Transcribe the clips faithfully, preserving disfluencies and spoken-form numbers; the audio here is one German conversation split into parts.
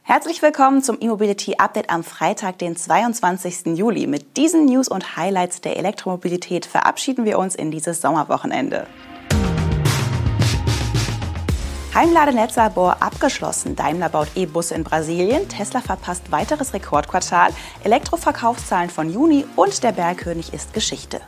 Herzlich willkommen zum E-Mobility-Update am Freitag, den zweiundzwanzigsten Juli. Mit diesen News und Highlights der Elektromobilität verabschieden wir uns in dieses Sommerwochenende. Heimladenetzlabor abgeschlossen. Daimler baut E-Busse in Brasilien. Tesla verpasst weiteres Rekordquartal. Elektroverkaufszahlen von Juni und der Bergkönig ist Geschichte.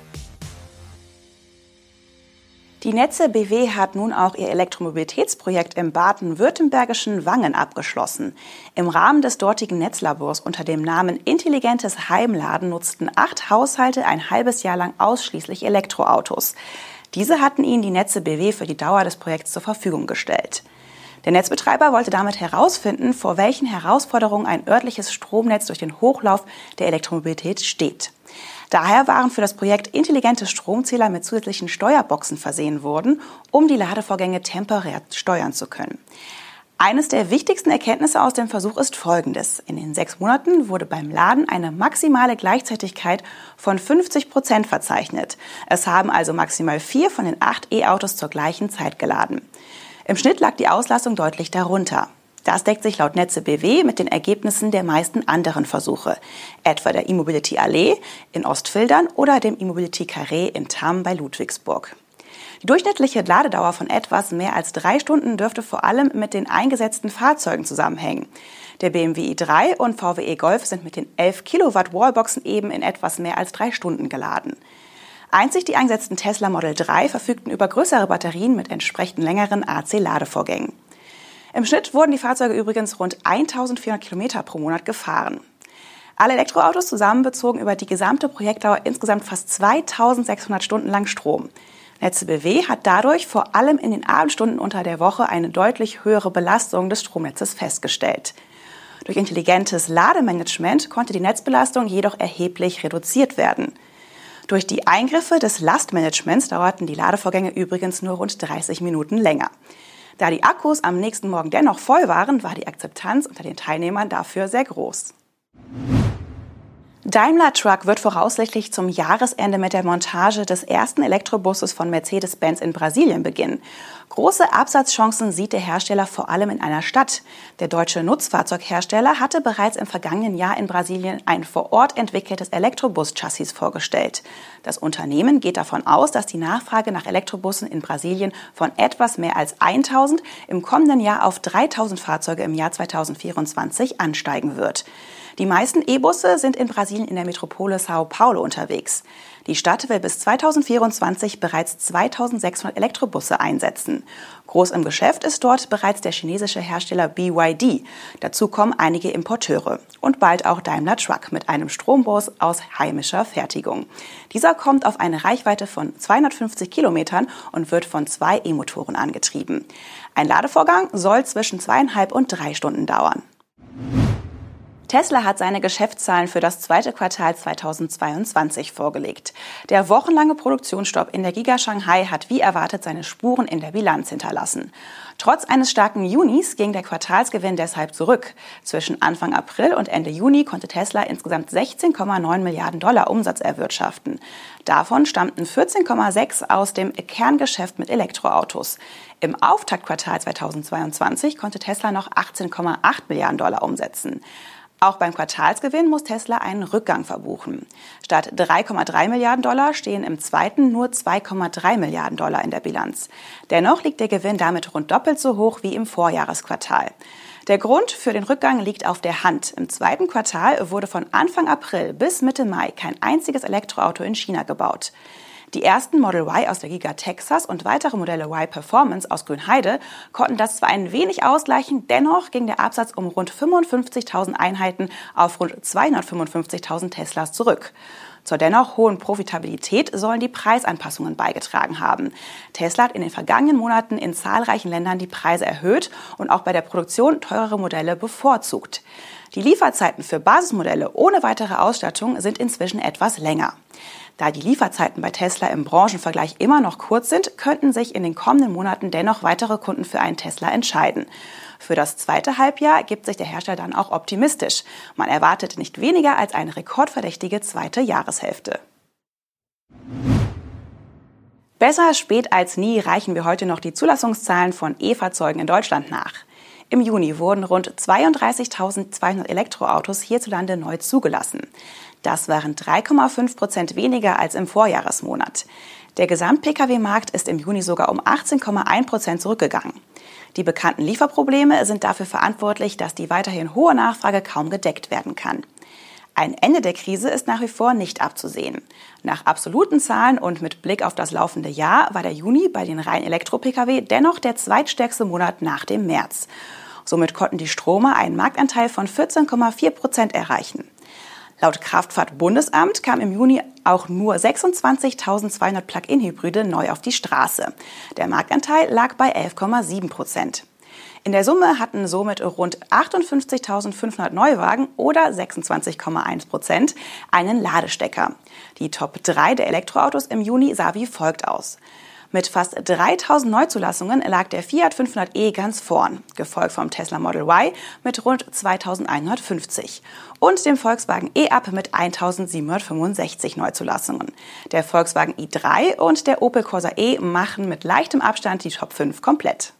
Die Netze B W hat nun auch ihr Elektromobilitätsprojekt im baden-württembergischen Wangen abgeschlossen. Im Rahmen des dortigen Netzlabors unter dem Namen Intelligentes Heimladen nutzten acht Haushalte ein halbes Jahr lang ausschließlich Elektroautos. Diese hatten ihnen die Netze B W für die Dauer des Projekts zur Verfügung gestellt. Der Netzbetreiber wollte damit herausfinden, vor welchen Herausforderungen ein örtliches Stromnetz durch den Hochlauf der Elektromobilität steht. Daher waren für das Projekt intelligente Stromzähler mit zusätzlichen Steuerboxen versehen worden, um die Ladevorgänge temporär steuern zu können. Eines der wichtigsten Erkenntnisse aus dem Versuch ist folgendes. In den sechs Monaten wurde beim Laden eine maximale Gleichzeitigkeit von fünfzig Prozent verzeichnet. Es haben also maximal vier von den acht E-Autos zur gleichen Zeit geladen. Im Schnitt lag die Auslastung deutlich darunter. Das deckt sich laut Netze B W mit den Ergebnissen der meisten anderen Versuche, etwa der E-Mobility Allee in Ostfildern oder dem E-Mobility Carré in Tamm bei Ludwigsburg. Die durchschnittliche Ladedauer von etwas mehr als drei Stunden dürfte vor allem mit den eingesetzten Fahrzeugen zusammenhängen. Der B M W i drei und V W E Golf sind mit den elf Kilowatt Wallboxen eben in etwas mehr als drei Stunden geladen. Einzig die eingesetzten Tesla Model drei verfügten über größere Batterien mit entsprechend längeren A C-Ladevorgängen. Im Schnitt wurden die Fahrzeuge übrigens rund eintausendvierhundert Kilometer pro Monat gefahren. Alle Elektroautos zusammen bezogen über die gesamte Projektdauer insgesamt fast zweitausendsechshundert Stunden lang Strom. Netze B W hat dadurch vor allem in den Abendstunden unter der Woche eine deutlich höhere Belastung des Stromnetzes festgestellt. Durch intelligentes Lademanagement konnte die Netzbelastung jedoch erheblich reduziert werden. Durch die Eingriffe des Lastmanagements dauerten die Ladevorgänge übrigens nur rund dreißig Minuten länger. Da die Akkus am nächsten Morgen dennoch voll waren, war die Akzeptanz unter den Teilnehmern dafür sehr groß. Daimler Truck wird voraussichtlich zum Jahresende mit der Montage des ersten Elektrobusses von Mercedes-Benz in Brasilien beginnen. Große Absatzchancen sieht der Hersteller vor allem in einer Stadt. Der deutsche Nutzfahrzeughersteller hatte bereits im vergangenen Jahr in Brasilien ein vor Ort entwickeltes Elektrobus-Chassis vorgestellt. Das Unternehmen geht davon aus, dass die Nachfrage nach Elektrobussen in Brasilien von etwas mehr als tausend im kommenden Jahr auf dreitausend Fahrzeuge im Jahr zweitausendvierundzwanzig ansteigen wird. Die meisten E-Busse sind in Brasilien in der Metropole São Paulo unterwegs. Die Stadt will bis zweitausendvierundzwanzig bereits zweitausendsechshundert Elektrobusse einsetzen. Groß im Geschäft ist dort bereits der chinesische Hersteller B Y D. Dazu kommen einige Importeure und bald auch Daimler Truck mit einem Strombus aus heimischer Fertigung. Dieser kommt auf eine Reichweite von zweihundertfünfzig Kilometern und wird von zwei E-Motoren angetrieben. Ein Ladevorgang soll zwischen zweieinhalb und drei Stunden dauern. Tesla hat seine Geschäftszahlen für das zweite Quartal zweitausendzweiundzwanzig vorgelegt. Der wochenlange Produktionsstopp in der Giga Shanghai hat wie erwartet seine Spuren in der Bilanz hinterlassen. Trotz eines starken Junis ging der Quartalsgewinn deshalb zurück. Zwischen Anfang April und Ende Juni konnte Tesla insgesamt sechzehn Komma neun Milliarden Dollar Umsatz erwirtschaften. Davon stammten vierzehn Komma sechs aus dem Kerngeschäft mit Elektroautos. Im Auftaktquartal zweitausendzweiundzwanzig konnte Tesla noch achtzehn Komma acht Milliarden Dollar umsetzen. Auch beim Quartalsgewinn muss Tesla einen Rückgang verbuchen. Statt drei Komma drei Milliarden Dollar stehen im zweiten nur zwei Komma drei Milliarden Dollar in der Bilanz. Dennoch liegt der Gewinn damit rund doppelt so hoch wie im Vorjahresquartal. Der Grund für den Rückgang liegt auf der Hand. Im zweiten Quartal wurde von Anfang April bis Mitte Mai kein einziges Elektroauto in China gebaut. Die ersten Model Y aus der Giga Texas und weitere Modelle Y Performance aus Grünheide konnten das zwar ein wenig ausgleichen, dennoch ging der Absatz um rund fünfundfünfzigtausend Einheiten auf rund zweihundertfünfundfünfzigtausend Teslas zurück. Zur dennoch hohen Profitabilität sollen die Preisanpassungen beigetragen haben. Tesla hat in den vergangenen Monaten in zahlreichen Ländern die Preise erhöht und auch bei der Produktion teurere Modelle bevorzugt. Die Lieferzeiten für Basismodelle ohne weitere Ausstattung sind inzwischen etwas länger. Da die Lieferzeiten bei Tesla im Branchenvergleich immer noch kurz sind, könnten sich in den kommenden Monaten dennoch weitere Kunden für einen Tesla entscheiden. Für das zweite Halbjahr gibt sich der Hersteller dann auch optimistisch. Man erwartet nicht weniger als eine rekordverdächtige zweite Jahreshälfte. Besser spät als nie reichen wir heute noch die Zulassungszahlen von E-Fahrzeugen in Deutschland nach. Im Juni wurden rund zweiunddreißigtausendzweihundert Elektroautos hierzulande neu zugelassen. Das waren drei Komma fünf Prozent weniger als im Vorjahresmonat. Der Gesamt-P K W-Markt ist im Juni sogar um achtzehn Komma eins Prozent zurückgegangen. Die bekannten Lieferprobleme sind dafür verantwortlich, dass die weiterhin hohe Nachfrage kaum gedeckt werden kann. Ein Ende der Krise ist nach wie vor nicht abzusehen. Nach absoluten Zahlen und mit Blick auf das laufende Jahr war der Juni bei den reinen Elektro-P K W dennoch der zweitstärkste Monat nach dem März. Somit konnten die Stromer einen Marktanteil von vierzehn Komma vier Prozent erreichen. Laut Kraftfahrt-Bundesamt kamen im Juni auch nur sechsundzwanzigtausendzweihundert Plug-in-Hybride neu auf die Straße. Der Marktanteil lag bei elf Komma sieben Prozent. In der Summe hatten somit rund achtundfünfzigtausendfünfhundert Neuwagen oder sechsundzwanzig Komma eins Prozent einen Ladestecker. Die Top drei der Elektroautos im Juni sah wie folgt aus. Mit fast dreitausend Neuzulassungen lag der Fiat fünfhundert e ganz vorn, gefolgt vom Tesla Model Y mit rund zweitausendeinhundertfünfzig und dem Volkswagen E-Up mit eintausendsiebenhundertfünfundsechzig Neuzulassungen. Der Volkswagen i drei und der Opel Corsa E machen mit leichtem Abstand die Top fünf komplett.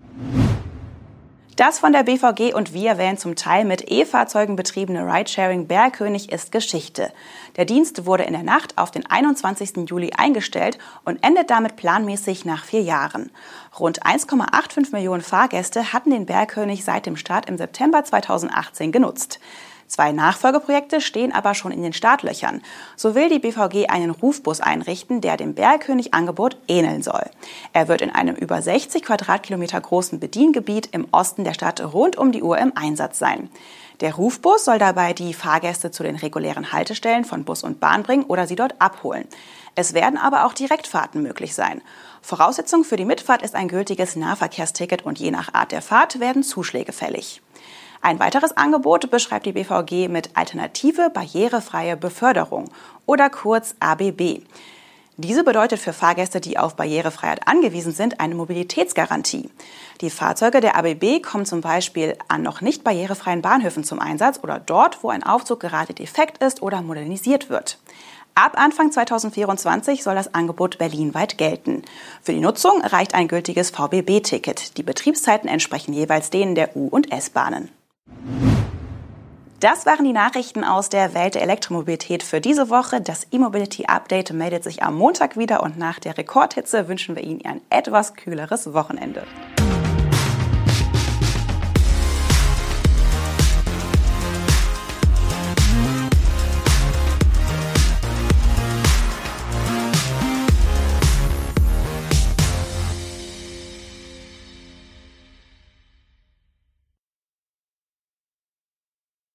Das von der B V G und Via Van zum Teil mit E-Fahrzeugen betriebene Ridesharing Bergkönig ist Geschichte. Der Dienst wurde in der Nacht auf den einundzwanzigsten Juli eingestellt und endet damit planmäßig nach vier Jahren. Rund eins Komma fünfundachtzig Millionen Fahrgäste hatten den Bergkönig seit dem Start im September zweitausendachtzehn genutzt. Zwei Nachfolgeprojekte stehen aber schon in den Startlöchern. So will die B V G einen Rufbus einrichten, der dem Bergkönig-Angebot ähneln soll. Er wird in einem über sechzig Quadratkilometer großen Bediengebiet im Osten der Stadt rund um die Uhr im Einsatz sein. Der Rufbus soll dabei die Fahrgäste zu den regulären Haltestellen von Bus und Bahn bringen oder sie dort abholen. Es werden aber auch Direktfahrten möglich sein. Voraussetzung für die Mitfahrt ist ein gültiges Nahverkehrsticket und je nach Art der Fahrt werden Zuschläge fällig. Ein weiteres Angebot beschreibt die B V G mit Alternative barrierefreie Beförderung oder kurz A B B. Diese bedeutet für Fahrgäste, die auf Barrierefreiheit angewiesen sind, eine Mobilitätsgarantie. Die Fahrzeuge der A B B kommen zum Beispiel an noch nicht barrierefreien Bahnhöfen zum Einsatz oder dort, wo ein Aufzug gerade defekt ist oder modernisiert wird. Ab Anfang zweitausendvierundzwanzig soll das Angebot berlinweit gelten. Für die Nutzung reicht ein gültiges V B B-Ticket. Die Betriebszeiten entsprechen jeweils denen der U- und S-Bahnen. Das waren die Nachrichten aus der Welt der Elektromobilität für diese Woche. Das E-Mobility Update meldet sich am Montag wieder und nach der Rekordhitze wünschen wir Ihnen ein etwas kühleres Wochenende.